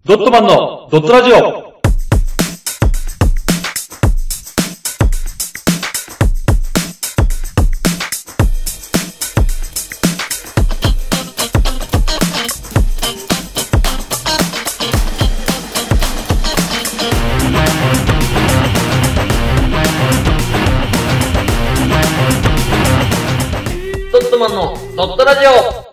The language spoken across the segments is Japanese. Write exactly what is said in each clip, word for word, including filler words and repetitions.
ドットマンのドットラジオ。 ドットマンのドットラジオ。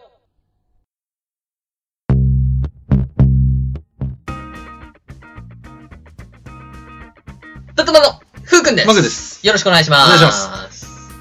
ドットマンのふうくんです。 マグです。 よろしくお願いします。 お願いします。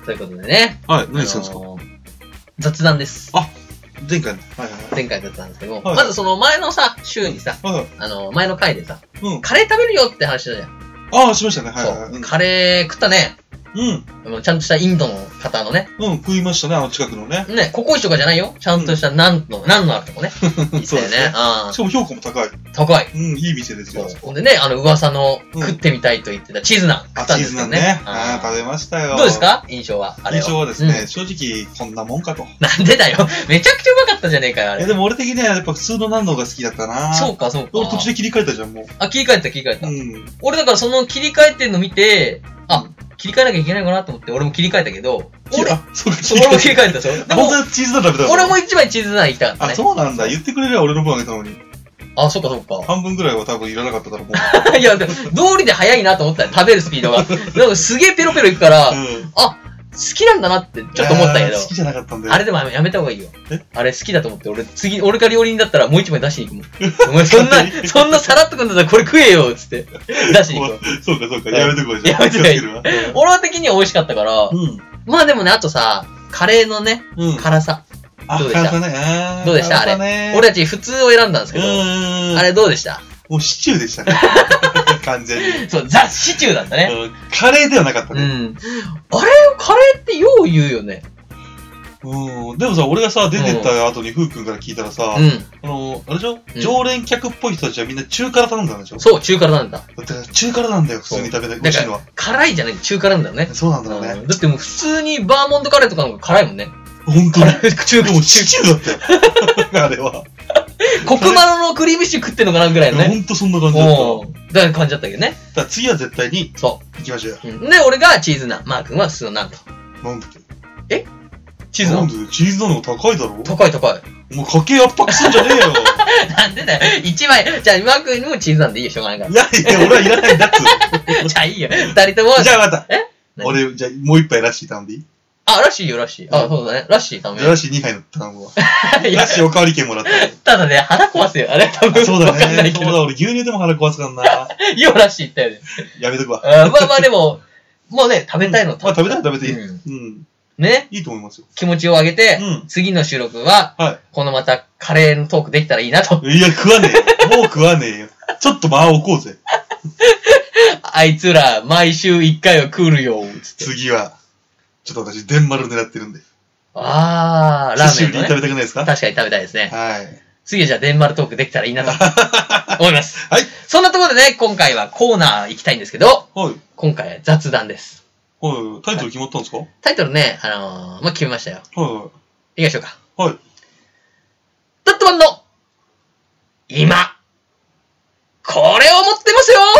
ということでね。 はい、何するんですか、 あのー、雑談です。 あ、前回の。はいはいはい。 前回雑談ですけども、 はいまずその前のさ、週にさ、 はいはい。 あの、前の回でさ、 うん。 カレー食べるよって話したじゃん。 ああ、しましたね。はいはいはい。 そう。カレー食ったね。 うん。 あのちゃんとしたインドの方のね。 うん、食いましたね、あの近くのね。 ね、ココイチとかじゃないよ。ちゃんとした何の、何のあるとこね。言ったよね。 そうですねあしかも評価も高い。 高い。 うん、いい店ですよ。 ほんでね、あの噂のうん食ってみたいと言ってたチーズナン食あ、 ったんチーですけどね。 ズなんね。 あああ、食べましたよ。 どうですか印象は。あれは。 印象はですね、 うん正直、こんなもんかと。 なんでだよ。めちゃくちゃうまかったじゃねえかよ、あれ。 いや、でも俺的にはやっぱ普通の南能が好きだったな。 そうか、そうか。 俺途中で切り替えたじゃん、もう。 あ、切り替えた、切り替えた。 うん。 俺だからその切り替えてんの見て、あ、切り替えなきゃいけないのかなと思って俺も切り替えたけど、俺、 あ、そうか、 そう俺も切り替えたでしょ。でも、 本当はチーズナン食べたの俺も一番チーズナン行きたかったね。 あ、そうなんだ。言ってくれれば俺の分あげたのに。 あ、そうか、そうか。 半分ぐらいは多分いらなかったからもう。 いや、で道理で早いなと思ったよ。食べるスピードが。なんかすげえペロペロいくから、 うん。 あ、好きなんだなってちょっと思ったけどいやー好。きじゃなかったんだよ。 あれでもやめた方がいいよえ。 あれ好きだと思って、俺次、俺が料理人だったらもう一枚出しに行くもん。お前そんな、そんなさらっとくんだったらこれ食えよっつって。出しに行くわ。 そうかそうか、やめとこうじゃん。 やめとこう気をつけるわ俺は的には美味しかったから、 うん。 まあでもね、あとさ、カレーのね、 うん。 辛さ。 あ、 どうでした辛さね。あーどうでしたあれ辛さね。 俺たち普通を選んだんですけうど、 ーん。 あれどうでした？ もうシチューでしたね。完全に。 そう、ザ・シチューだったね。 うんカレーではなかったね。 うん。あれカレーってよう言うよね。 うん。でもさ、俺がさ、出てった後にふうくんから聞いたらさ、 うん。 あの、あれでしょうん常連客っぽい人たちはみんな中辛頼んだんでしょそう、中辛なんだ。 だから中辛なんだよ、普通に食べたい。美だから味しいのは。、 辛いじゃない、中辛なんだよね。 そうなんだろううんね。 だってもう普通にバーモントカレーとかの方が辛いもんね。 本当に。 辛い、中でもシチューだったよ。あれは。 コクマロのクリームシチュー食ってんのかなぐらいのね。 ほんとそんな感じだった。 おーだから感じだったけどね。 だから次は絶対にそ行きましょうよ。 う。うんで、俺がチーズナン。マー君は普通のナンと。 なんでチーズナンなんでチーズなの高いだろ高い高い。 もう家計圧迫すんじゃねえよ。 なんでだよ。一枚。じゃあ、マー君にもチーズナンでいいよ。しょうがないかいやいや、俺はいらないんだっつうら。じゃあいいよ。二人とも。 の。じゃあまた。 え何俺、じゃあもう一杯ラッシー頼んでいいあ、ラッシーよ、ラッシー。あ、そうだね。ラッシー頼むよ。 じゃあラッシーにはいの頼むわ。 いやラッシーおかわり券もらったよ。 ただね、腹壊すよ。あれ多分。 そうだわかんないね。 けど。 そうだ、俺牛乳でも腹壊すからな。 よ、ラッシー言ったよね。 やめとくわ。 あまあまあでも、もうね、食べたいのまあ食べたい食べていい。 うんうん。 ね。 いいと思いますよ。 気持ちを上げて、 うん次の収録は、 はこのまたカレーのトークできたらいいなと。 い。いや、食わねえよ。もう食わねえよ。ちょっと間を置こうぜ。 あいつら、毎週一回は来るよ、つって。 次は。ちょっと私、デンマル狙ってるんで。 あー、ラーメンの、 久しぶりに食べね。 たくないですか確かに食べたいですね。 はい。 次はじゃあ、デンマルトークできたらいいなと思います。 はい。 そんなところでね、今回はコーナー行きたいんですけど、 はい。 今回は雑談です。 はい。タイトル決まったんですかはい。 タイトルね、あのー、まあ、決めましたよ。行きましょうか。 はい。 ドットマンの、今、これを持ってますよ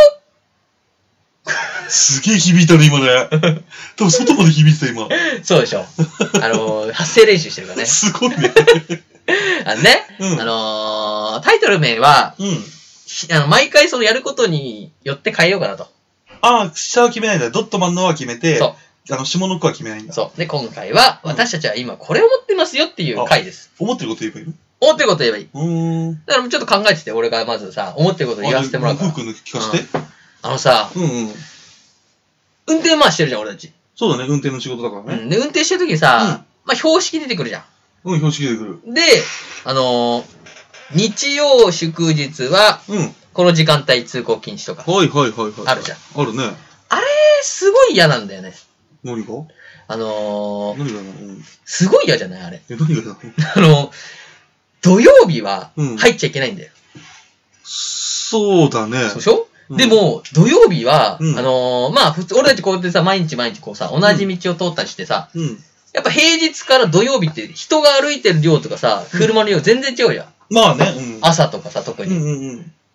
すげえ響いたね、今ね。多分外まで響いてた、今。 そうでしょ。あのー、発声練習してるからね。 すごいね。 あのね、 うんあのー、タイトル名は、 うん。 ひあの毎回そのやることによって変えようかなと。 ああ、下は決めないんだ。ドットマンのは決めて、 そあの、下の句は決めないんう。 だ。 そう。で、今回は、 うん私たちは今これを持ってますよっていう回です。 思ってること言えばいいの思ってること言えばいい。 うーん。 だからちょっと考えてて、俺がまずさ、思ってること言わせてもらうから。 ふうくんの聞かせて。 あのさ、 うんうん。 運転まあしてるじゃん、俺たち。 そうだね、運転の仕事だからね。 うん。で、運転してる時にさ、まあ標識出てくるじゃうん、標識出てくる。 ん。で、あのー、日曜祝日は、 うん。 この時間帯通行禁止とか、 はいはいはいはい。 あるじゃん。 あるね。 あれ、すごい嫌なんだよね。 何があのー、 何がなのうん。 すごい嫌じゃないあれ。 え、何がなのあの、土曜日はうん入っちゃいけないんだよ。 そうだね。 そうでしょ、 うんでも、土曜日は、 うんあのー、まあ、普通、俺たちこうやってさ、毎日毎日こうさ、同じ道を通ったりしてさ、 うん。 やっぱ平日から土曜日って人が歩いてる量とかさ、車の量全然違うじゃん。 まあね、うん。 朝とかさ、特に。 うんうんうん。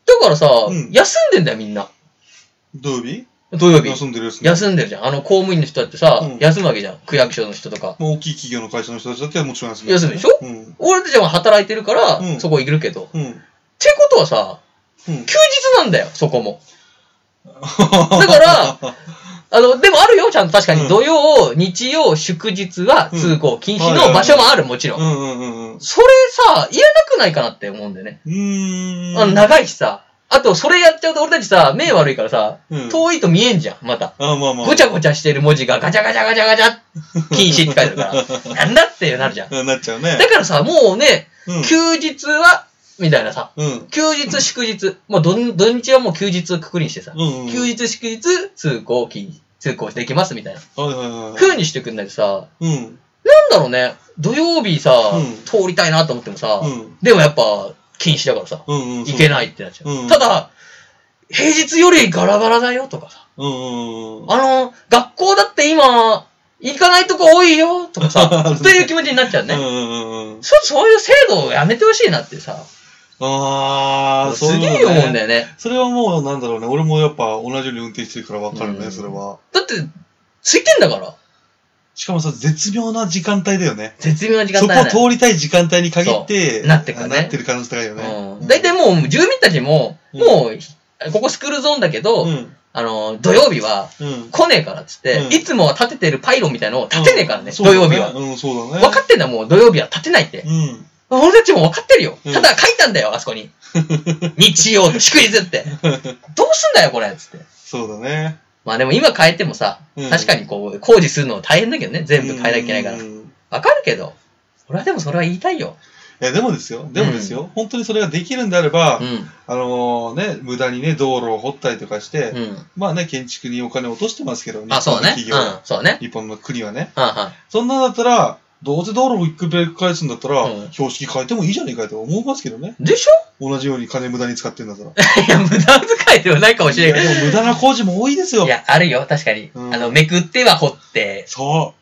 だからさ、 うん、 休んでんだよ、みんな。 土曜日土曜日。 休んでる休んでる。 休んでるじゃん。あの、公務員の人だってさ、 うん、 休むわけじゃん。区役所の人とか。 もう大きい企業の会社の人たちだってはもちろん休んでる。 休むでしょ、うん、俺たちは働いてるから、 うん、 そこ行けるけど。 うん。 ってことはさ、うん、休日なんだよ、そこも。だから、あの、でもあるよ、ちゃんと確かに。土曜、日曜、祝日は通行禁止の場所もある、もちろん。うんうんうんうん。それさ、いらなくないかなって思うんだよね。うーん。あの、長いしさ。あと、それやっちゃうと俺たちさ、目悪いからさ、うん、遠いと見えんじゃん、また。あまあまあ。ごちゃごちゃしてる文字がガチャガチャガチャガチャ、禁止って書いてあるから。なんだってなるじゃん。 なっちゃうね。 だからさ、もうね、うん、休日は、みたいなさ、うん、休日、祝日、もう土日はもう休日をくくりにしてさ、うんうん、休日、祝日、通行禁止。通行できますみたいな。はいはいはい。風にしてくんないとさ、うん。なんだろうね、土曜日さ、うん、通りたいなと思ってもさ、うん、でもやっぱ禁止だからさ、うんうん、行けないってなっちゃう。うん、ただ、平日よりガラガラだよとかさ、うんうんうん、あの、学校だって今、行かないとこ多いよとかさ、という気持ちになっちゃうね。うんうんうん、そそういう制度をやめてほしいなってさ。ああ、そうすげえ思うんだよね。 それはもう、なんだろうね。俺もやっぱ同じように運転してるから分かるね、うん、それは。 だって、空いてんだから。 しかもさ、絶妙な時間帯だよね。 絶妙な時間帯だね。 そこを通りたい時間帯に限って、 なってるからね。 なってる可能性高いよね。 だいたいもう、住民たちも、もう、ここスクールゾーンだけど、うん、あの、土曜日は、来ねえからっつって、うん、いつもは立ててるパイロンみたいなのを立てねえからね、うん、土曜日は。うん、そうだね。分かってんだもう、土曜日は立てないって。うん俺たちも分かってるよ。ただ書いたんだよ、あそこに。日曜と祝日って。どうすんだよ、これつって。 そうだね。 まあでも今変えてもさ、うん、確かにこう、工事するの大変だけどね。全部変えなきゃいけないから。わかるけど、俺はでもそれは言いたいよ。 いや、でもですよ。でもですよ。うん、本当にそれができるんであれば、うん、あのー、ね、無駄にね、道路を掘ったりとかして、うん、まあね、建築にお金を落としてますけど、日本の企業は。 うん、そうね。 日本の国はね。 はんはんそんなだったら、どうせ道路をくり返すんだったら、うん、標識変えてもいいじゃねえかと思いますけどね。 でしょ同じように金無駄に使ってんだから。 いや、無駄遣いではないかもしれないけど。 でも無駄な工事も多いですよ。 いや、あるよ、確かに。うん、あの、めくっては掘って。 そう。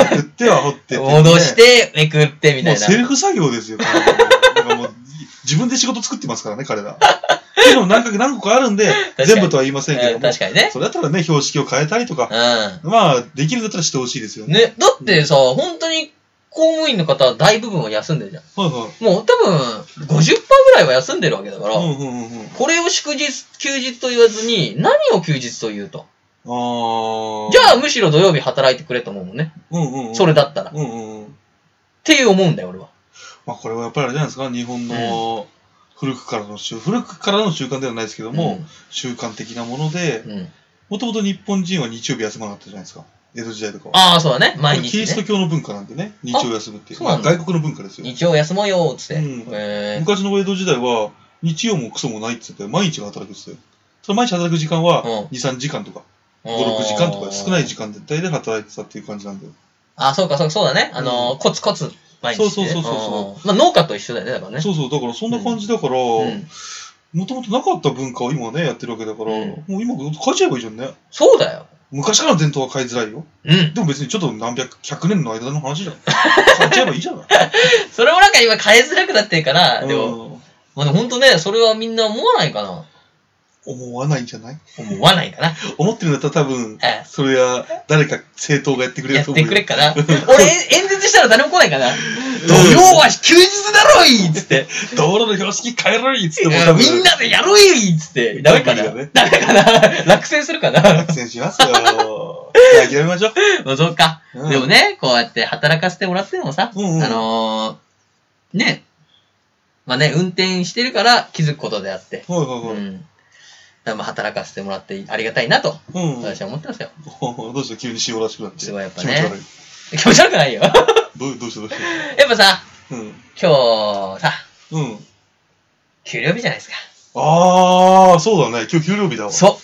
めくっては掘ってって、ね。 戻して、めくってみたいな。 もうセルフ作業ですよ。なんかもう自分で仕事作ってますからね、彼ら。っていうのも何個何個かあるんで、全部とは言いませんけども。 確かにね。 それだったらね、標識を変えたりとか。うん。まあ、できるんだったらしてほしいですよね。 ね、だってさ、本当に、公務員の方は大部分は休んでるじゃん。はいはい。もう多分 ごじゅっパーセント ぐらいは休んでるわけだから、うんうんうんうん、これを祝日、休日と言わずに、何を休日と言うと。あじゃあむしろ土曜日働いてくれと思うもんね。うんうんうん、それだったら、うんうんうん。っていう思うんだよ、俺は。 まあこれはやっぱりあれじゃないですか、日本の古くからの習、古くからの習慣ではないですけども、うん、習慣的なもので、もともと日本人は日曜日休まなかったじゃないですか。江戸時代とかは。 ああ、そうだね。毎日、ね。 キリスト教の文化なんでね。日曜休むっていう。まあ外国の文化ですよ。 日曜休もうよーっつって、うんえー。昔の江戸時代は、日曜もクソもないっつって毎日が働くっつって。その毎日働く時間はに、さんじかんとか、ご、ろくじかんとか少ない時間で大体働いてたっていう感じなんだよ。 ああ、そうか、そうか、そうだね。あのーうん、コツコツ毎日、ね。そうそうそうそう。まあ農家と一緒だよね、だからね。 そうそう、だからそんな感じだから、もともとなかった文化を今ね、やってるわけだから、うん、もう今変えちゃえばいいじゃんね。 そうだよ。 昔からの伝統は変えづらいよ。うん。でも別にちょっと何百、百年の間の話じゃん。変えちゃえばいいじゃない。 それもなんか今変えづらくなってるから、でも、まあほんとね、それはみんな思わないかな。 思わないんじゃない思わないかな。 思ってるんだったら多分、それは誰か政党がやってくれると思う。 やってくれっかな。俺演説したら誰も来ないかな。土曜は休日だろいっつって。 道路の標識変えろいっつっても多分。みんなでやろいっつって。ダメかな。ダメかな。落選するかな。 落選しますよ。諦めましょう。 まあそうか。でもね、こうやって働かせてもらってもさ、あのー、ね、まあね、運転してるから気づくことであって。はいはいはい。うん。まあ働かせてもらってありがたいなと、うん、私は思ってますよ。 どうした急に塩らしくなって。 すごいやっぱね。気持ち悪い。気持ち悪くないよ。 どうどうしたどうしたやっぱさ、うん、今日さ、うん、給料日じゃないですか。 ああ、そうだね。今日給料日だわ。 そう。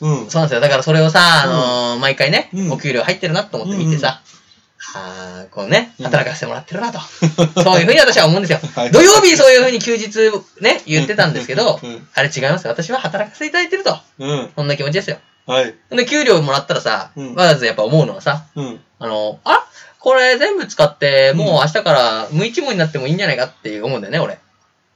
うん。そうなんですよ。だからそれをさ、あのーうん、毎回ね、うん、お給料入ってるなと思って見てさ、あこうね、働かせてもらってるなと。そういうふうに私は思うんですよ。はい、土曜日そういうふうに休日ね、言ってたんですけど、うん、あれ違いますよ。私は働かせていただいてると。うん。そんな気持ちですよ。はい。で、給料もらったらさ、うん、わざわざやっぱ思うのはさ、うん、あの、あこれ全部使って、もう明日から無一文になってもいいんじゃないかって思うんだよね、俺。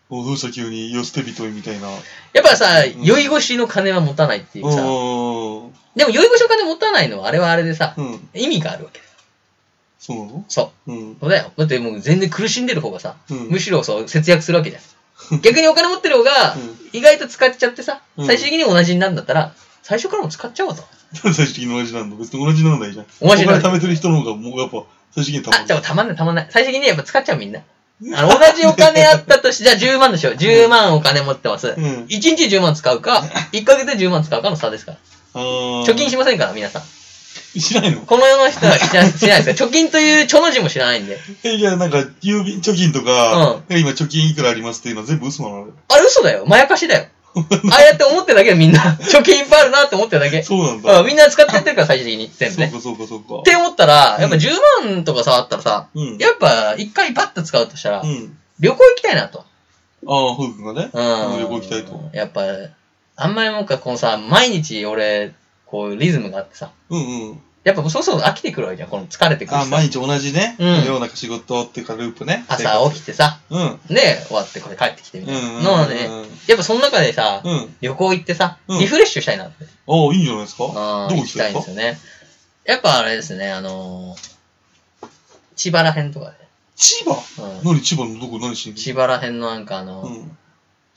おどうした急に、よ捨て人みたいな。 やっぱさ、うん、酔い越しの金は持たないっていうさ。でも酔い越しの金持たないのはあれはあれでさ、うん、意味があるわけだよ。 そうなの？ そう。うん、そうだよ。だってもう全然苦しんでる方がさ、うん、むしろそう節約するわけじゃん。逆にお金持ってる方が、意外と使っちゃってさ、うん、最終的に同じになるんだったら、最初からも使っちゃおうと。 最終的に同じなんだ。別に同じなんないじゃん。同じなんだ。お金貯めてる人の方がもうやっぱ、最終的にたまんない。あ、じゃあたまんないたまんない。最終的にやっぱ使っちゃうみんな。あの、同じお金あったとして、じゃあじゅうまんでしょ。じゅうまんお金持ってます。うん、いちにちじゅうまん使うか、いっかげつでじゅうまん使うかの差ですから。貯金しませんから、皆さん。 しないの？ この世の人はしないですか貯金というちょの字も知らないんで。 え、いや、なんか、郵便貯金とか、うん、今貯金いくらありますっていうのは全部嘘なの？ あれ嘘だよ。まやかしだよ。ああやって思ってるだけでみんな、貯金いっぱいあるなって思ってるだけ。 そうなんだ。 うん、みんな使ってやってるから最終的に。全部ね。 そうかそうかそうか。 って思ったら、やっぱじゅうまんとかさ、あったらさ、うん、やっぱ一回パッと使うとしたら、うん、旅行行きたいなと。 ああ、ふうくんがね。うん。旅行行きたいと。 やっぱ、あんまりもんか、このさ、毎日俺、こう、リズムがあってさ。うんうん。やっぱそうそう飽きてくるわけじゃん。この疲れてくるし。 あ、毎日同じね。うん。ような仕事っていうかループね。 朝起きてさ。うん。で、終わってこれ帰ってきてみたいな。うん。のね、やっぱその中でさ、うん、旅行行ってさ、リフレッシュしたいなって。 ああ、いいんじゃないですか。 ああ、どこ行きたいんですよね。やっぱあれですね、あのー、千葉ら辺とかで。 千葉？うん。何千葉のどこ何しに？ 千葉ら辺のなんかあの、うん、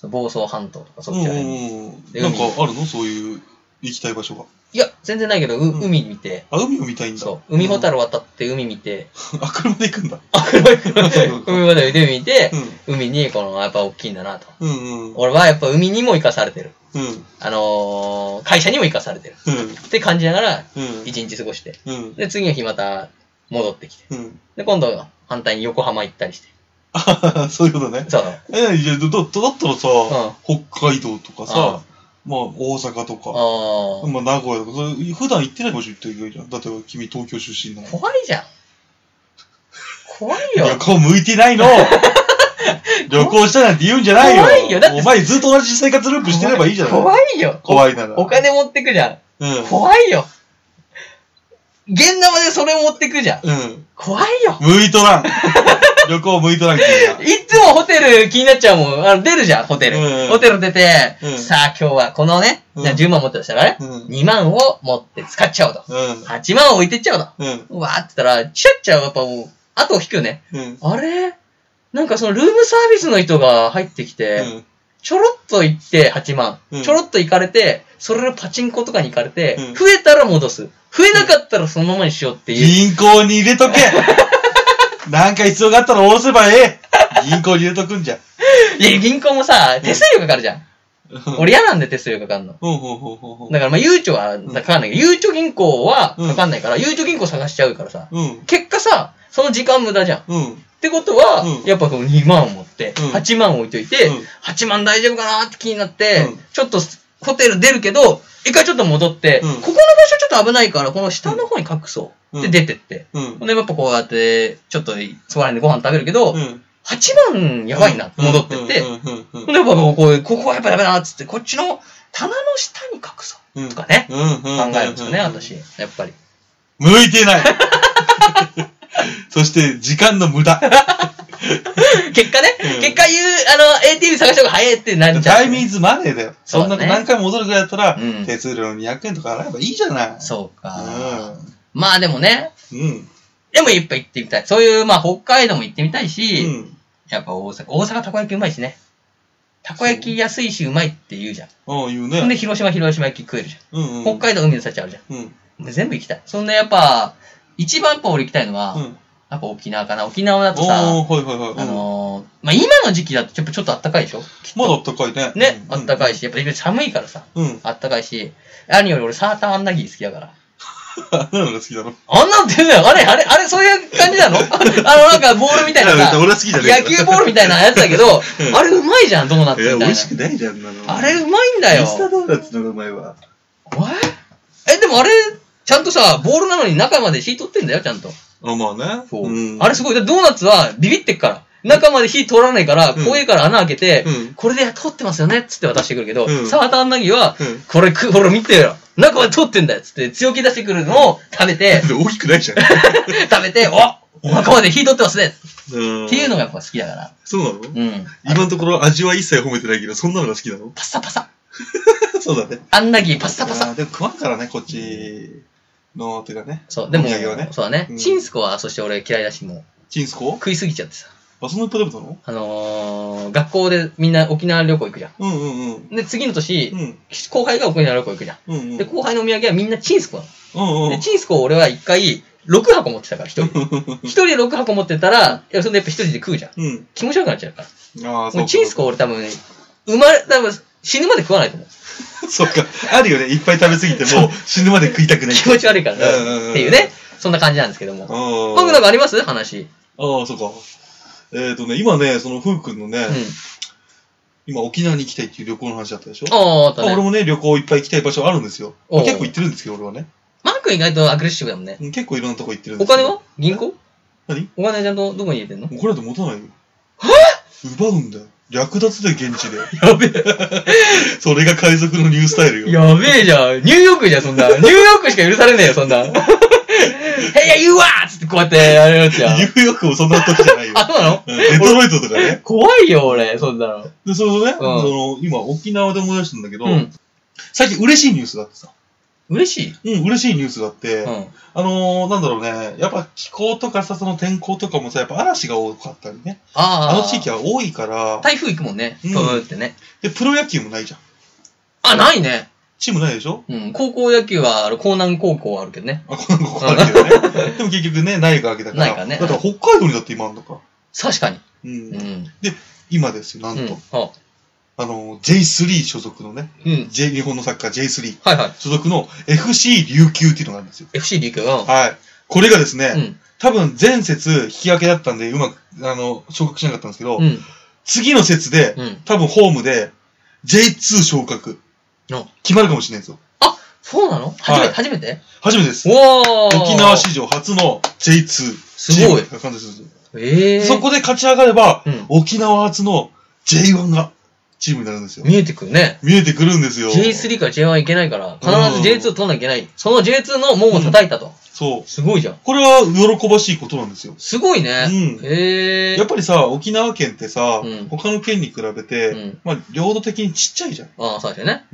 房総半島とかそっちら辺。うん。 なんかあるのそういう行きたい場所が。 いや、全然ないけど、う、うん、海見て。 あ、海を見たいんだ。 そう。海ホタル渡って海見て。 あ、車で行くんだ。 あ、車で行くんだ。海ホタル海見て、うん、海に、この、やっぱ大きいんだなと。うんうん、俺はやっぱ海にも生かされてる。うん、あのー、会社にも生かされてる。うん、って感じながら、一日過ごして。うん、で、次の日また戻ってきて。うん、で、今度反対に横浜行ったりして。 あそういうことね。そう。え、じゃあ、だ、だったらさ、うん、北海道とかさ、まあ、大阪とか、あまあ、名古屋とか、普段行ってない場所行ってるじゃん。だって君東京出身なの。 怖いじゃん。怖いよ。 旅行向いてないの。旅行したなんて言うんじゃないよ。怖いよ。だってお前ずっと同じ生活ループしてればいいじゃない。 怖いよ。 怖いなら。 お金持ってくじゃん。うん。怖いよ。現生でそれ持ってくじゃん。うん。怖いよ。 向いとらん。旅行向いとらんけど。 いつもホテル気になっちゃうもん。あの、出るじゃん、ホテル。うん、ホテル出て、うん、さあ今日はこのね、うん、じゅうまん持ってたしたらね、うん、にまんを持って使っちゃおうと。うん、はちまんを置いてっちゃおうと。うん、うわーって言ったら、チャッチャーやっぱもう、後を引くよね。うん、あれなんかそのルームサービスの人が入ってきて、うん、ちょろっと行ってはちまん、うん、ちょろっと行かれて、それのパチンコとかに行かれて、うん、増えたら戻す。増えなかったらそのままにしようっていう。 銀行に入れとけなんか必要があったら下ろせばええ銀行に入れとくんじゃん。 いや、銀行もさ、手数料かかるじゃん。俺嫌なんで手数料かかるの。だからまあ、ゆうちょはかかんないけど、ゆうちょ銀行はかかんないから、ゆうちょ銀行探しちゃうからさ、結果さ、その時間無駄じゃん。ってことは、やっぱにまん持って、はちまん置いといて、はちまん大丈夫かなって気になって、ちょっとホテル出るけど、一回ちょっと戻って、ここの場所ちょっと危ないから、この下の方に隠そう。で、出てって。で、やっぱこうやって、ちょっとそこら辺でご飯食べるけど、はちまんやばいなって戻ってって、で、やっぱここ、ここはやっぱやばいなっつって、こっちの棚の下に隠そうとかね、考えるんですよね、私。やっぱり。 向いてないそして、時間の無駄結果ね、うん、結果言う、あの、エーティーエム 探した方が早いってなっちゃう。 タイミングズマネーだよ。そんな何回も戻るぐらいだったら、うん、手数料のにひゃくえんとか払えばいいじゃない。 そうか。うん、まあでもね、うん、でもいっぱい行ってみたい。そういう、まあ北海道も行ってみたいし、うん、やっぱ大阪、大阪たこ焼きうまいしね。たこ焼き安いしうまいって言うじゃん。 ああ、言うね。 で、広島、広島焼き食えるじゃん。うんうん、北海道海の幸あるじゃん。うん、全部行きたい。そんなやっぱ、一番やっぱ俺行きたいのは、うんやっぱ沖縄かな。沖縄だとさ、はいはいはい、あのー、まあ、今の時期だとちょっとちょっと暖かいでしょまだ暖かいね。 ね、うん、暖かいし、やっぱり寒いからさ、うん、暖かいし、何より俺サーターアンダギー好きだから。 あんなのが好きだろあんなのって言うんだよ。あれあれあれそういう感じなのあのなんかボールみたいなさ、 俺は好きじゃね野球ボールみたいなやつだけど、うん、あれうまいじゃん、ドーナツみたいな。 いや、美味しくないじゃん、なの。 あれうまいんだよ。 ミスタードーナツのうまいわ。 ええ、でもあれ、ちゃんとさ、ボールなのに中まで火取ってんだよ、ちゃんと。 あ、まあね。 そう。うん、あれすごい。ドーナツはビビってっから。中まで火通らないから、うん、怖いから穴開けて、うん、これで通ってますよねっつって渡してくるけど、うん、サーターアンダギーは、うん、これく、ほら見てよ。中まで通ってんだよっつって強気出してくるのを食べて、 大きくないじゃん。 食べて、お中まで火通ってますねっていうのがやっぱ好きだから。 そうなの？ うん。 今のところ味は一切褒めてないけど、そんなのが好きなの？ パッサパサ。 そうだね。 あんなぎパッサパサ。 でも食わんからね、こっちの、てかね。 そう、でも、そうだね。チンスコは、そして俺嫌いだし、もう。 チンスコ？ 食いすぎちゃってさ。 あ、そんなにいっぱい食べたの？ あのー、学校でみんな沖縄旅行行くじゃん。 うんうんうん。 で、次の年、後輩が沖縄旅行行くじゃん。うんうん、で、後輩のお土産はみんなチンスコなの。うんうん、で、チンスコを俺は一回、ろくはこ持ってたから、一人で。一人でろくはこ持ってたら、いや、それでやっぱ一人で食うじゃん。うん、気持ち悪くなっちゃうから。ああ、そう。もうチンスコ俺多分、生まれ、多分、死ぬまで食わないと思う。 そっか。あるよね。いっぱい食べ過ぎても、死ぬまで食いたくない。 気持ち悪いからね。っていうね。そんな感じなんですけども。僕なんかあります話。 ああ、そっか。えっとね、今ね、その、ふうくんのね、うん、今沖縄に行きたいっていう旅行の話だったでしょ？ああ、あったね。俺もね、旅行いっぱい行きたい場所あるんですよ。まあ、結構行ってるんですけど、俺はね。 マー君意外とアグレッシブだもんね。 結構いろんなとこ行ってるんですお金は銀行？ 何？ お金ちゃんとどこに入れてんの？ お金なんて持たないよ。 はぁ？奪うんだよ。略奪で現地で。 やべえ。 それが海賊のニュースタイルよ。 やべえじゃん。ニューヨークじゃん、そんな。ニューヨークしか許されねえよ、そんな。へいや、言うわーつってこうやってやるやつや。 ニューヨークもそんな時じゃないよ。 あ、そうなの？ デトロイトとかね。 怖いよ、俺、そんなの。 で、そのね、その、今、沖縄で思い出したんだけど、最近嬉しいニュースがあってさ。 嬉しい？ うん、嬉しいニュースがあって、あのー、なんだろうね、やっぱ気候とかさ、その天候とかもさ、やっぱ嵐が多かったりね。ああ。あの地域は多いから。 台風行くもんね。ブーってね。 で、プロ野球もないじゃん。 あ、ないね。 チームないでしょ？ うん。高校野球は、あの、江南高校あるけどね。 あ、江南高校あるけどね。でも結局ね、ないわけだから。 ないからね。 だから北海道にだって今あるんだから。 確かに。 うん。で、今ですよ、なんと。 ああの、ジェイスリー 所属のね。うん。J、日本のサッカー ジェイスリー。 はいはい。 所属の エフシー 琉球っていうのがあるんですよ。 エフシー 琉球ははい。これがですね、多分前節引き分けだったんで、うまく、あの、昇格しなかったんですけど、次の節で、多分ホームで ジェイツー 昇格。決まるかもしれないんですよ。 あ、そうなの？初めて、初めて？ 初めてです。 おー。 沖縄史上初の ジェイツー。 すごい。 ええ。そこで勝ち上がれば、沖縄初の ジェイワン がチームになるんですよ。 見えてくるね。 見えてくるんですよ。 ジェイスリー から ジェイワン いけないから、必ず ジェイツー 取らなきゃいけない。その ジェイツー の門を叩いたと。そう。すごいじゃん。 これは喜ばしいことなんですよ。 すごいね。 うん。へえ。やっぱりさ、沖縄県ってさ、他の県に比べて、まあ、領土的にちっちゃいじゃん。 ああ、そうですよね。 うん。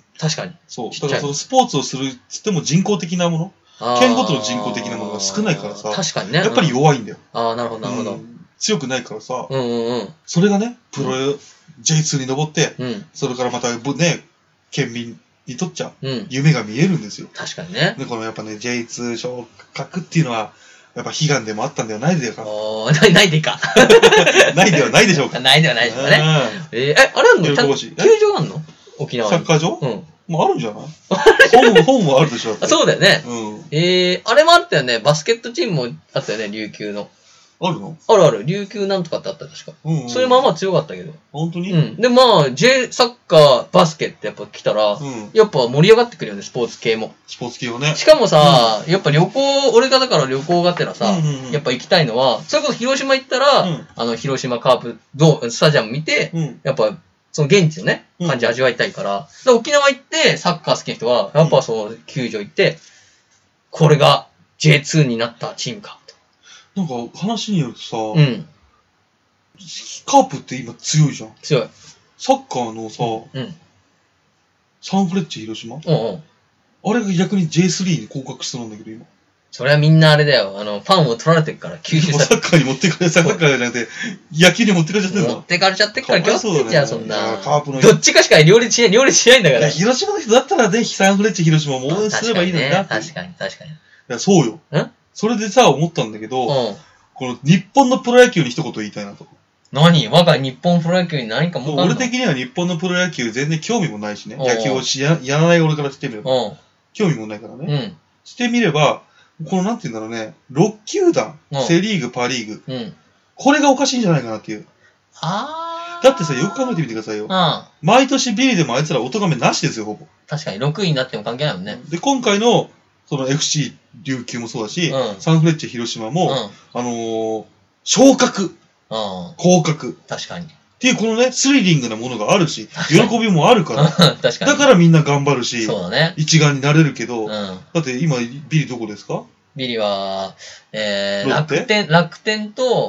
確かに。 そう。だからそのスポーツをするっつっても人工的なもの。県ごとの人工的なものが少ないからさ。 確かにね。 やっぱり弱いんだよ。 ああ、なるほど、なるほど。 強くないからさ。 うんうんうん。 それがね、プロ ジェイツー に登って、それからまたね、県民にとっちゃ、夢が見えるんですよ。 確かにね。 で、このやっぱね、ジェイツー 昇格っていうのは、やっぱ悲願でもあったんではないでか。 おー、ない、ないでか。 ないではないでしょうか。 ないではないでしょうかね。えー、え、あれあんの？球場あんの？沖縄サッカー場？うん。もうあるんじゃない？本も、本もあるでしょ。 そうだよね。うん。えー、あれもあったよね。バスケットチームもあったよね、琉球の。 あるの？ あるある。琉球なんとかってあった確か。うん、うん。それまあまあ強かったけど。 本当に？ うん。で、まあ、J、サッカー、バスケってやっぱ来たら、うん、やっぱ盛り上がってくるよね、スポーツ系も。 スポーツ系はね。 しかもさ、うん、やっぱ旅行、俺がだから旅行がてらさ、うんうんうん、やっぱ行きたいのは、それこそ広島行ったら、うん、あの、広島カープ、スタジアム見て、うん、やっぱ、その現地のね、感じ味わいたいから、うん、沖縄行ってサッカー好きな人は、やっぱその球場行って、これが ジェイツー になったチームか。 なんか話によるとさ、うん、カープって今強いじゃん。 強い。 サッカーのさ、うん、サンフレッチェ広島、うんうん、あれが逆に ジェイスリー に降格しそうなんだけど今。 それはみんなあれだよ。あの、ファンを取られてるから、 吸収されてサッカーに持ってかれ、サッカーじゃなくて、野球に持ってかれちゃってるの。 持ってかれちゃってるから気をつけてゃ、そんな。 カープの。 どっちかしか両立しない、両立しないんだから。 広島の人だったらね、サンフレッチェ広島も応援すればいいのになって。 確かに、確かに。いや、そうよ。んそれでさ、思ったんだけど、うん、この日本のプロ野球に一言言いたいなと。 何？我が日本プロ野球に何かも俺的には日本のプロ野球全然興味もないしね。野球をしややらない俺からしてみれば。興味もないからね。うん、してみれば、このなんて言うんだろうね、ろっ球団、セリーグ、パリーグ、うん、これがおかしいんじゃないかなっていう。あだってさ、よく考えてみてくださいよ。うん、毎年ビリでもあいつら音がめなしですよ、ほぼ。 確かに、ろくいになっても関係ないもんね。 で、今回の、その エフシー 琉球もそうだし、うん、サンフレッチェ広島も、うん、あのー、昇格、うん、降格。 確かに。 っていうこのね、スリリングなものがあるし、喜びもあるから。 確かに。 だからみんな頑張るし、 そうだね。 一丸になれるけど、うん、だって今、ビリどこですか？ ビリは、えー、楽天、楽天と、うん、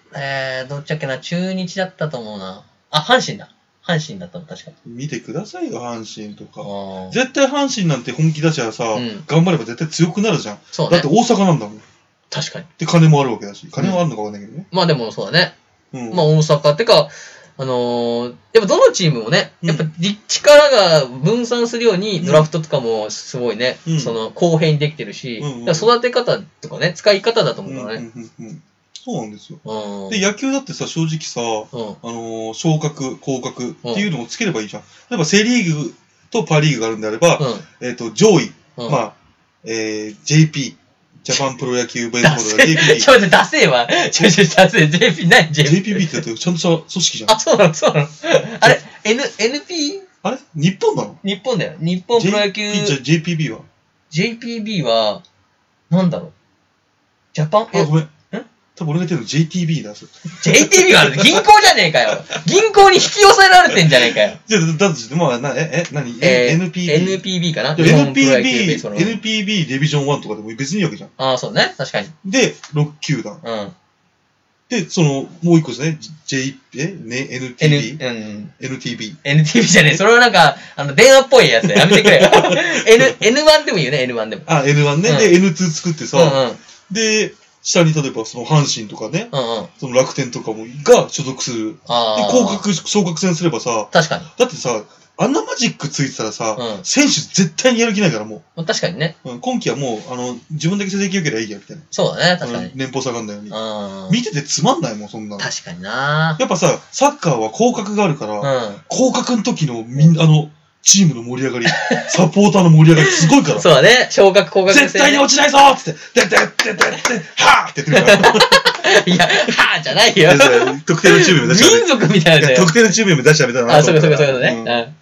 えー、どっちだっけな、中日だったと思うな。あ、阪神だ。阪神だったの、確かに。 見てくださいよ、阪神とか。絶対阪神なんて本気出しゃさ、うん、頑張れば絶対強くなるじゃん。そうね。だって大阪なんだもん。 確かに。 で、金もあるわけだし。金もあるのかわかんないけどね。 うん、まあでもそうだね。うん、まあ大阪ってか、あのー、やっぱどのチームもね、やっぱ力が分散するようにドラフトとかもすごいね、うん、その公平にできてるし、うんうん、育て方とかね、使い方だと思うからね。うんうんうん、 そうなんですよ。で、野球だってさ、正直さ、うん、あのー、昇格、降格っていうのをつければいいじゃん。例えばセリーグとパリーグがあるんであれば、うん、えっと、上位、うん、まあ、えー、ジェーピー、ジャパンプロ野球ベースボールが ジェーピービー。 ちょっと待って、ダセーわ。ちょちょ、ダセー。ジェーピー、何ジェーピービー ってだってちゃんとした組織じゃん。 あ、そうなの、そうなの。あれ ?N、エヌピー? あれ日本なの？ 日本だよ。日本プロ野球。 じゃあ ジェーピービー はジェーピービー は、なんだろう。ジャパン、 あ、ごめん。多分俺が言ってるの ジェーティービー だ。 ジェーティービー はある銀行じゃねえかよ。銀行に引き寄せられてんじゃねえかよ。 じゃあ、だって、まあ、な、え、え、何えー、エヌピービー。エヌピービー かな ?エヌピービー、エヌピービー ディビジョンワンとかでも別にいいわけじゃん。 ああ、そうね。確かに。 で、ろく球団。うん。で、その、もう一個ですね。J、えね、エヌティービー? N、うん。エヌティービー。 エヌティービー じゃねえ。それはなんか、あの、電話っぽいやつでやめてくれよ。N、エヌワン でもいいよね、エヌワン でも。 あ、エヌワン ね。うん、で、エヌツー 作ってさ、うんうん、で、下に例えばその阪神とかね、うんうん、その楽天とかもが所属する。で、降格、昇格戦すればさ、 確かに。 だってさ、あんなマジックついてたらさ、うん、選手絶対にやる気ないからもう。確かにね。 うん、今季はもう、あの、自分だけ成績良ければいいや、みたいな。 そうだね、確かに。 年俸下がんないように。うん、見ててつまんないもん、そんなの。 確かにな。 やっぱさ、サッカーは降格があるから、うん、降格の時のみんな、あの、チームの盛り上がり、サポーターの盛り上がりすごいから。 そうだね。昇格降格戦、ね。 絶対に落ちないぞつって、で、で、で、で、で、はぁって言ってるから。 いや、はぁじゃないよ。 特定のチーム目指しちゃう。 民族みたいな。 特定のチーム目指しちゃうみたいな。 あ、そうかそうかそうかね。うん、だから、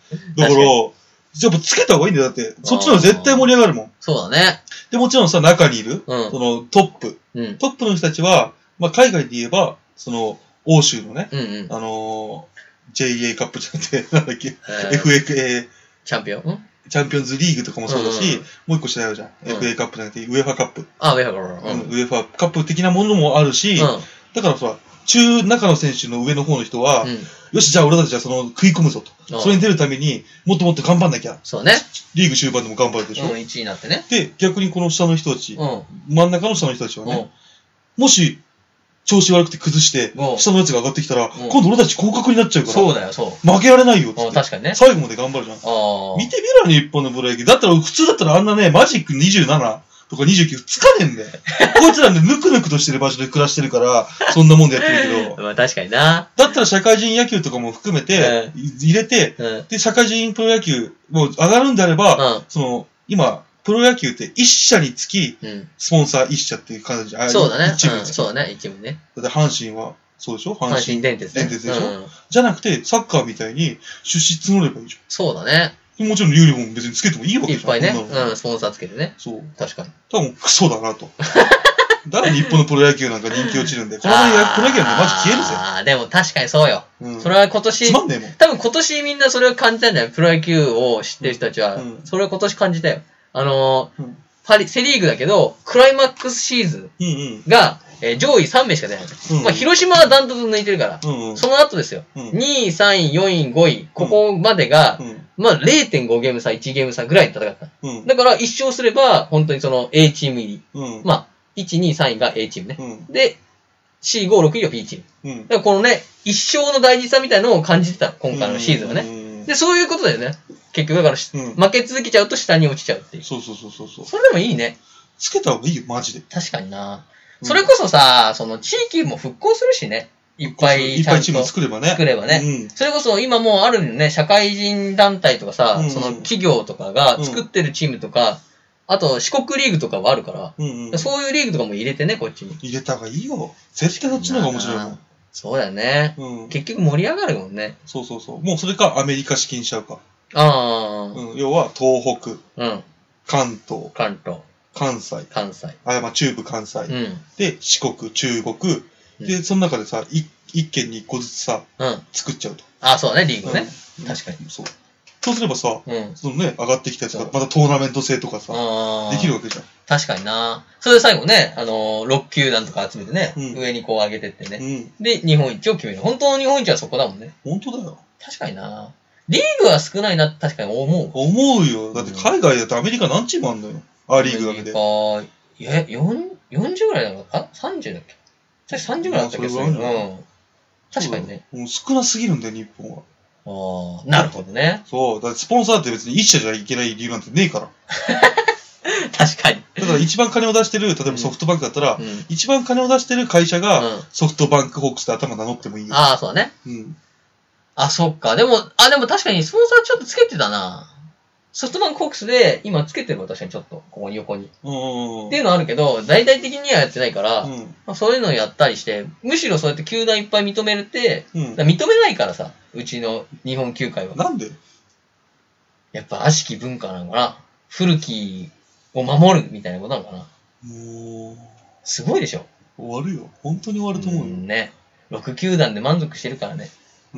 やっぱつけた方がいいんだよ。だって、そっちの方が絶対盛り上がるもん。 そうだね。 で、もちろんさ、中にいる、うん、そのトップ、うん。トップの人たちは、まあ、海外で言えば、その、欧州のね、うんうん、あのー、ジェイエー カップじゃなくて、なんだっけ、えー、エフエー、えー、 チャンピオンチャンピオンズリーグとかもそうだし、うんうん、もう一個知らないじゃん。うん、エフエー カップじゃなくて、ウェファカップ。 あ、ウェファカップ。 うん、ウェファカップ的なものもあるし、うん、だからさ、中、中の選手の上の方の人は、うん、よし、じゃあ俺たちはその食い込むぞと。それに出るためにもっともっと頑張んなきゃ。 そうね。 リーグ終盤でも頑張るでしょ。 うん、いちいになってね。 で、逆にこの下の人たち、うん、真ん中の下の人たちはね、うん、もし、調子悪くて崩して、下のやつが上がってきたら、今度俺たち降格になっちゃうから。 そうだよ、そう。 負けられないよって。 確かにね。 最後まで頑張るじゃん。見てみろよ、日本のプロ野球。だったら、普通だったらあんなね、マジックにじゅうななとかにじゅうきゅうつかねえんだよ。こいつらね、ぬくぬくとしてる場所で暮らしてるから、そんなもんでやってるけど。 まあ確かにな。 だったら社会人野球とかも含めて、うん、入れて、うん、で、社会人プロ野球も上がるんであれば、うん、その、今、プロ野球って一社につき、スポンサー一社っていう感じじゃん。 そうだね。 一部につき、 うん、そうだね、一部ね。 だって阪神は、そうでしょ阪神、阪神電鉄、ね。 電鉄でしょ、うん、じゃなくて、サッカーみたいに出資募ればいいじゃん。 そうだね。 もちろん、有料も別につけてもいいわけじゃん。 いっぱいね。うん、スポンサーつけてね。 そう。 確かに。 多分、クソだなと。だから日本のプロ野球なんか人気落ちるんで、このままプロ野球なんてマジ消えるぜ。 ああ、でも確かにそうよ。うん、それは今年、 つまんねえもん。 多分今年みんなそれを感じたんだよ。プロ野球を知ってる人たちは。うん、それを今年感じたよ。あのー、うんパリ、セリーグだけど、クライマックスシーズンが、うんうんえー、上位さん名しか出ない。うんうん、まあ、広島はダントツ抜いてるから、うんうん、その後ですよ、うん。にい、さんい、よんい、ごい、ここまでが、うん、まあ れいてんご ゲーム差、いちゲーム差ぐらいで戦った。うん、だからいっ勝すれば、本当にその A チーム入り。うん、まあ、いち、に、さんいが A チームね。うん、で、よん、ご、ろくいが B チーム。うん、だからこのね、いっ勝の大事さみたいなのを感じてた、今回のシーズンはね。うんうんうん、で、そういうことだよね。結局だから、うん、負け続けちゃうと下に落ちちゃうっていう。 そうそうそうそうそう。 それでもいいね。 つけた方がいいよ、マジで。 確かにな。それこそさ、その地域も復興するしね。いっぱいちゃんと。いっぱいチーム作ればね。 作ればね。うん、それこそ今もうあるのね、社会人団体とかさ、うんうん、その企業とかが作ってるチームとか、うん、あと四国リーグとかはあるから、うんうん、そういうリーグとかも入れてね、こっちに。 入れた方がいいよ。絶対そっちの方が面白いもん。 そうだよね、うん。結局盛り上がるもんね。 そうそうそう。もうそれかアメリカ式にしちゃうか。 ああ、 うん。要は東北、うん、関東、 関東。 関西。 関西。 あ、まあ、中部関西。うん、で、四国、中国。うん、で、その中でさ、一、一県に一個ずつさ、うん、作っちゃうと。 あ、そうね、リーグね。うん、確かに。 そう。 そうすればさ、うん、そのね、上がってきたやつがまたトーナメント制とかさ、できるわけじゃん。 確かにな。それで最後ね、あのー、ろく球団とか集めてね、うん、上にこう上げてってね、うん。で、日本一を決める。本当の日本一はそこだもんね。 本当だよ。 確かにな。リーグは少ないなって確かに思う。 思うよ。だって海外だってアメリカ何チームあんのよ。アーリーグだけで。 アメリカ、え、よんじゅうぐらいなのか ?さんじゅう だっけ確かさんじゅうぐらいだったっけ、それ。うん。確かにね。 もう少なすぎるんだよ、日本は。 ああ、なるほどね。 そう。だってスポンサーって別に一社じゃいけない理由なんてねえから。 確かに。 だから一番金を出してる、例えばソフトバンクだったら、うん、一番金を出してる会社がソフトバンクホークスって頭名乗ってもいいよ。 ああ、そうだね。うん。あ、そっか。でも、あ、でも確かにスポンサーちょっとつけてたな。ソフトバンクホークスで今つけてるわ、確かにちょっと。ここに横に。うん。っていうのはあるけど、大々的にはやってないから、うん、まあ、そういうのをやったりして、むしろそうやって球団いっぱい認めるって、うん、認めないからさ、うちの日本球界は。 なんでやっぱ悪しき文化なのかな。古きを守るみたいなことなのかな。もう。すごいでしょ。 終わるよ。本当に終わると思うよ。 うんね。ろく球団で満足してるからね。うん。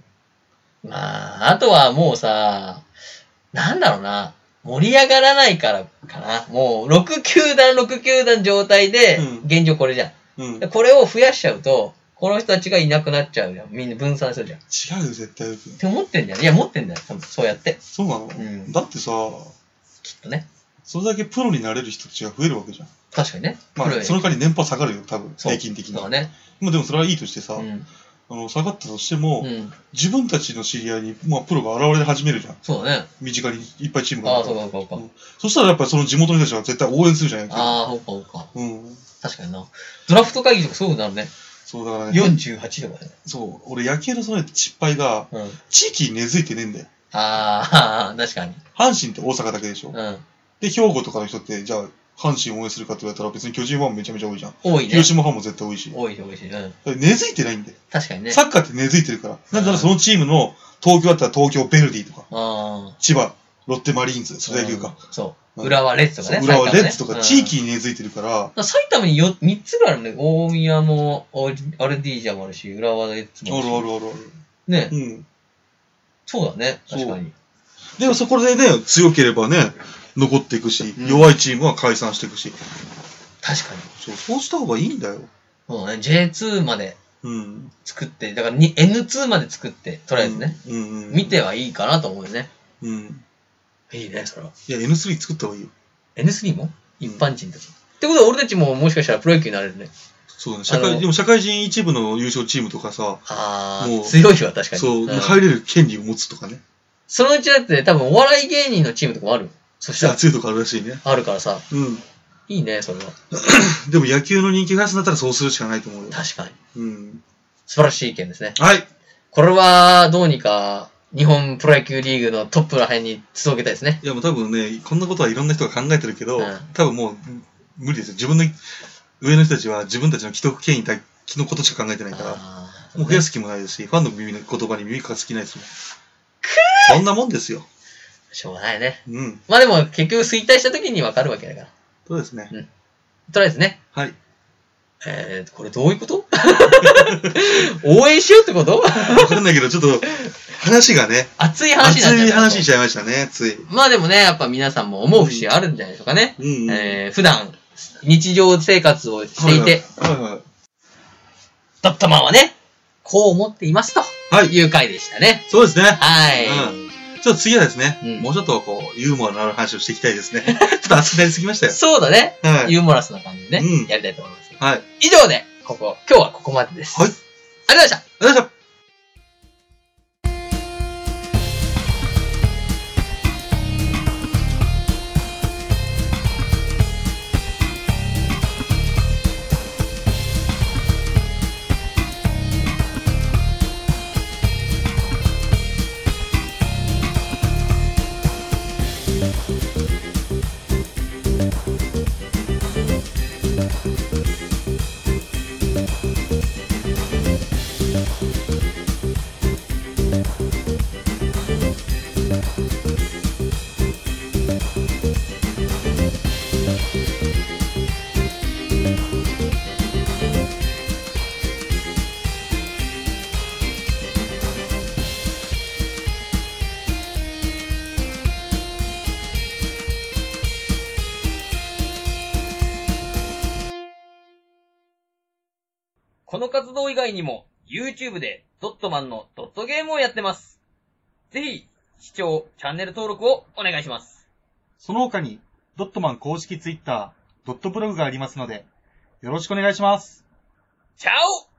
まあ、あとはもうさ、なんだろうな。盛り上がらないからかな。もう、ろく球団、ろく球団状態で、現状これじゃん。うん、これを増やしちゃうと、この人たちがいなくなっちゃうじゃん。みんな分散するじゃん。 違うよ、絶対。って思ってんじゃん。いや、持ってんだよ。そうやって。 そうなの、うん、だってさ、 きっとね。 それだけプロになれる人たちが増えるわけじゃん。 確かにね。 まあ、その代わり年俸下がるよ、多分。平均的に。 そうだね。 まあでもそれはいいとしてさ、うん、あの、下がったとしても、うん、自分たちの知り合いに、まあ、プロが現れ始めるじゃん。 そうだね。 身近にいっぱいチームがある。ああ、そうか、そうか、うん。 そしたらやっぱりその地元の人たちは絶対応援するじゃないか。ああ、そうか、そうか。うん。確かにな。ドラフト会議とかそうなるね。 そうだからね。 よんじゅうはちとかね。 そう。俺野球のその失敗が、うん、地域に根付いてねえんだよ。 ああ、確かに。 阪神って大阪だけでしょ。うん。で、兵庫とかの人って、じゃあ、阪神を応援するかって言われたら別に巨人ファンめちゃめちゃ多いじゃん。 多いね。 広島ファンも絶対多いし。 多いし、多いし。 うん。根付いてないんだよ。 確かにね。 サッカーって根付いてるから。なんだらそのチームの、東京だったら東京ヴェルディとか、あ千葉、ロッテマリーンズ、それだけ言うか。 そう。浦和レッズとかね。 浦和レッズとか地域に根付いてるから。 埼玉によみっつぐらいあるね。大宮も、アルディージャもあるし、浦和レッズもあるし。 あるあるあるある。 ね。うん。そうだね。確かに。 でもそこでね、強ければね、残っていくし、うん、弱いチームは解散していくし。 確かに。 そう、そうした方がいいんだよ。 そうね、ジェイツー まで作って、だからに エヌツー まで作って、とりあえずね、うんうんうん、見てはいいかなと思うよね。うん。いいね、それは。 いや、エヌスリー 作った方がいいよ。 エヌスリー も一般人たち、うん。ってことは俺たちももしかしたらプロ野球になれるね。 そうだね。社会、でも社会人一部の優勝チームとかさ、 あもう強いわ、確かに。 そう、うん、入れる権利を持つとかね。 そのうちだって多分お笑い芸人のチームとかもある。そしたら。 強いとこあるらしいね。 あるからさ。うん。いいね、それは。 でも野球の人気が増やすんだったらそうするしかないと思うよ。 確かに。うん。素晴らしい意見ですね。 はい。 これは、どうにか、日本プロ野球リーグのトップら辺に届けたいですね。 いや、もう多分ね、こんなことはいろんな人が考えてるけど、うん、多分もう、無理ですよ。自分の、上の人たちは自分たちの既得権威のことしか考えてないから、もう増やす気もないですし、ファンの耳の言葉に耳かつきないですもん。そんなもんですよ。 しょうがないね。うん。まあでも、結局衰退した時に分かるわけだから。 そうですね。 うん。とりあえずね。 はい。 えー、これどういうこと応援しようってことわかんないけど、ちょっと、話がね。 熱い話になっちゃう。 熱い話しちゃいましたね、つい。 まあでもね、やっぱ皆さんも思う節あるんじゃないでしょうかね。うんうん、えー、普段、日常生活をしていて、はいはいはいはい、ドットマンはね、こう思っていますと。はい。いう回でしたね。 そうですね。 はい。 うん。ちょっと次はですね、うん、もうちょっとこう、ユーモアのある話をしていきたいですね。ちょっと熱くなりすぎましたよ。 そうだね。はい。ユーモラスな感じでね、うん、やりたいと思います。 はい。 以上で、ここ、今日はここまでです。 はい。 ありがとうございました。ありがとうございました。 この活動以外にも、YouTube でドットマンのドットゲームをやってます。ぜひ、視聴、チャンネル登録をお願いします。 その他に、ドットマン公式 Twitter、ドットブログがありますので、よろしくお願いします。 チャオ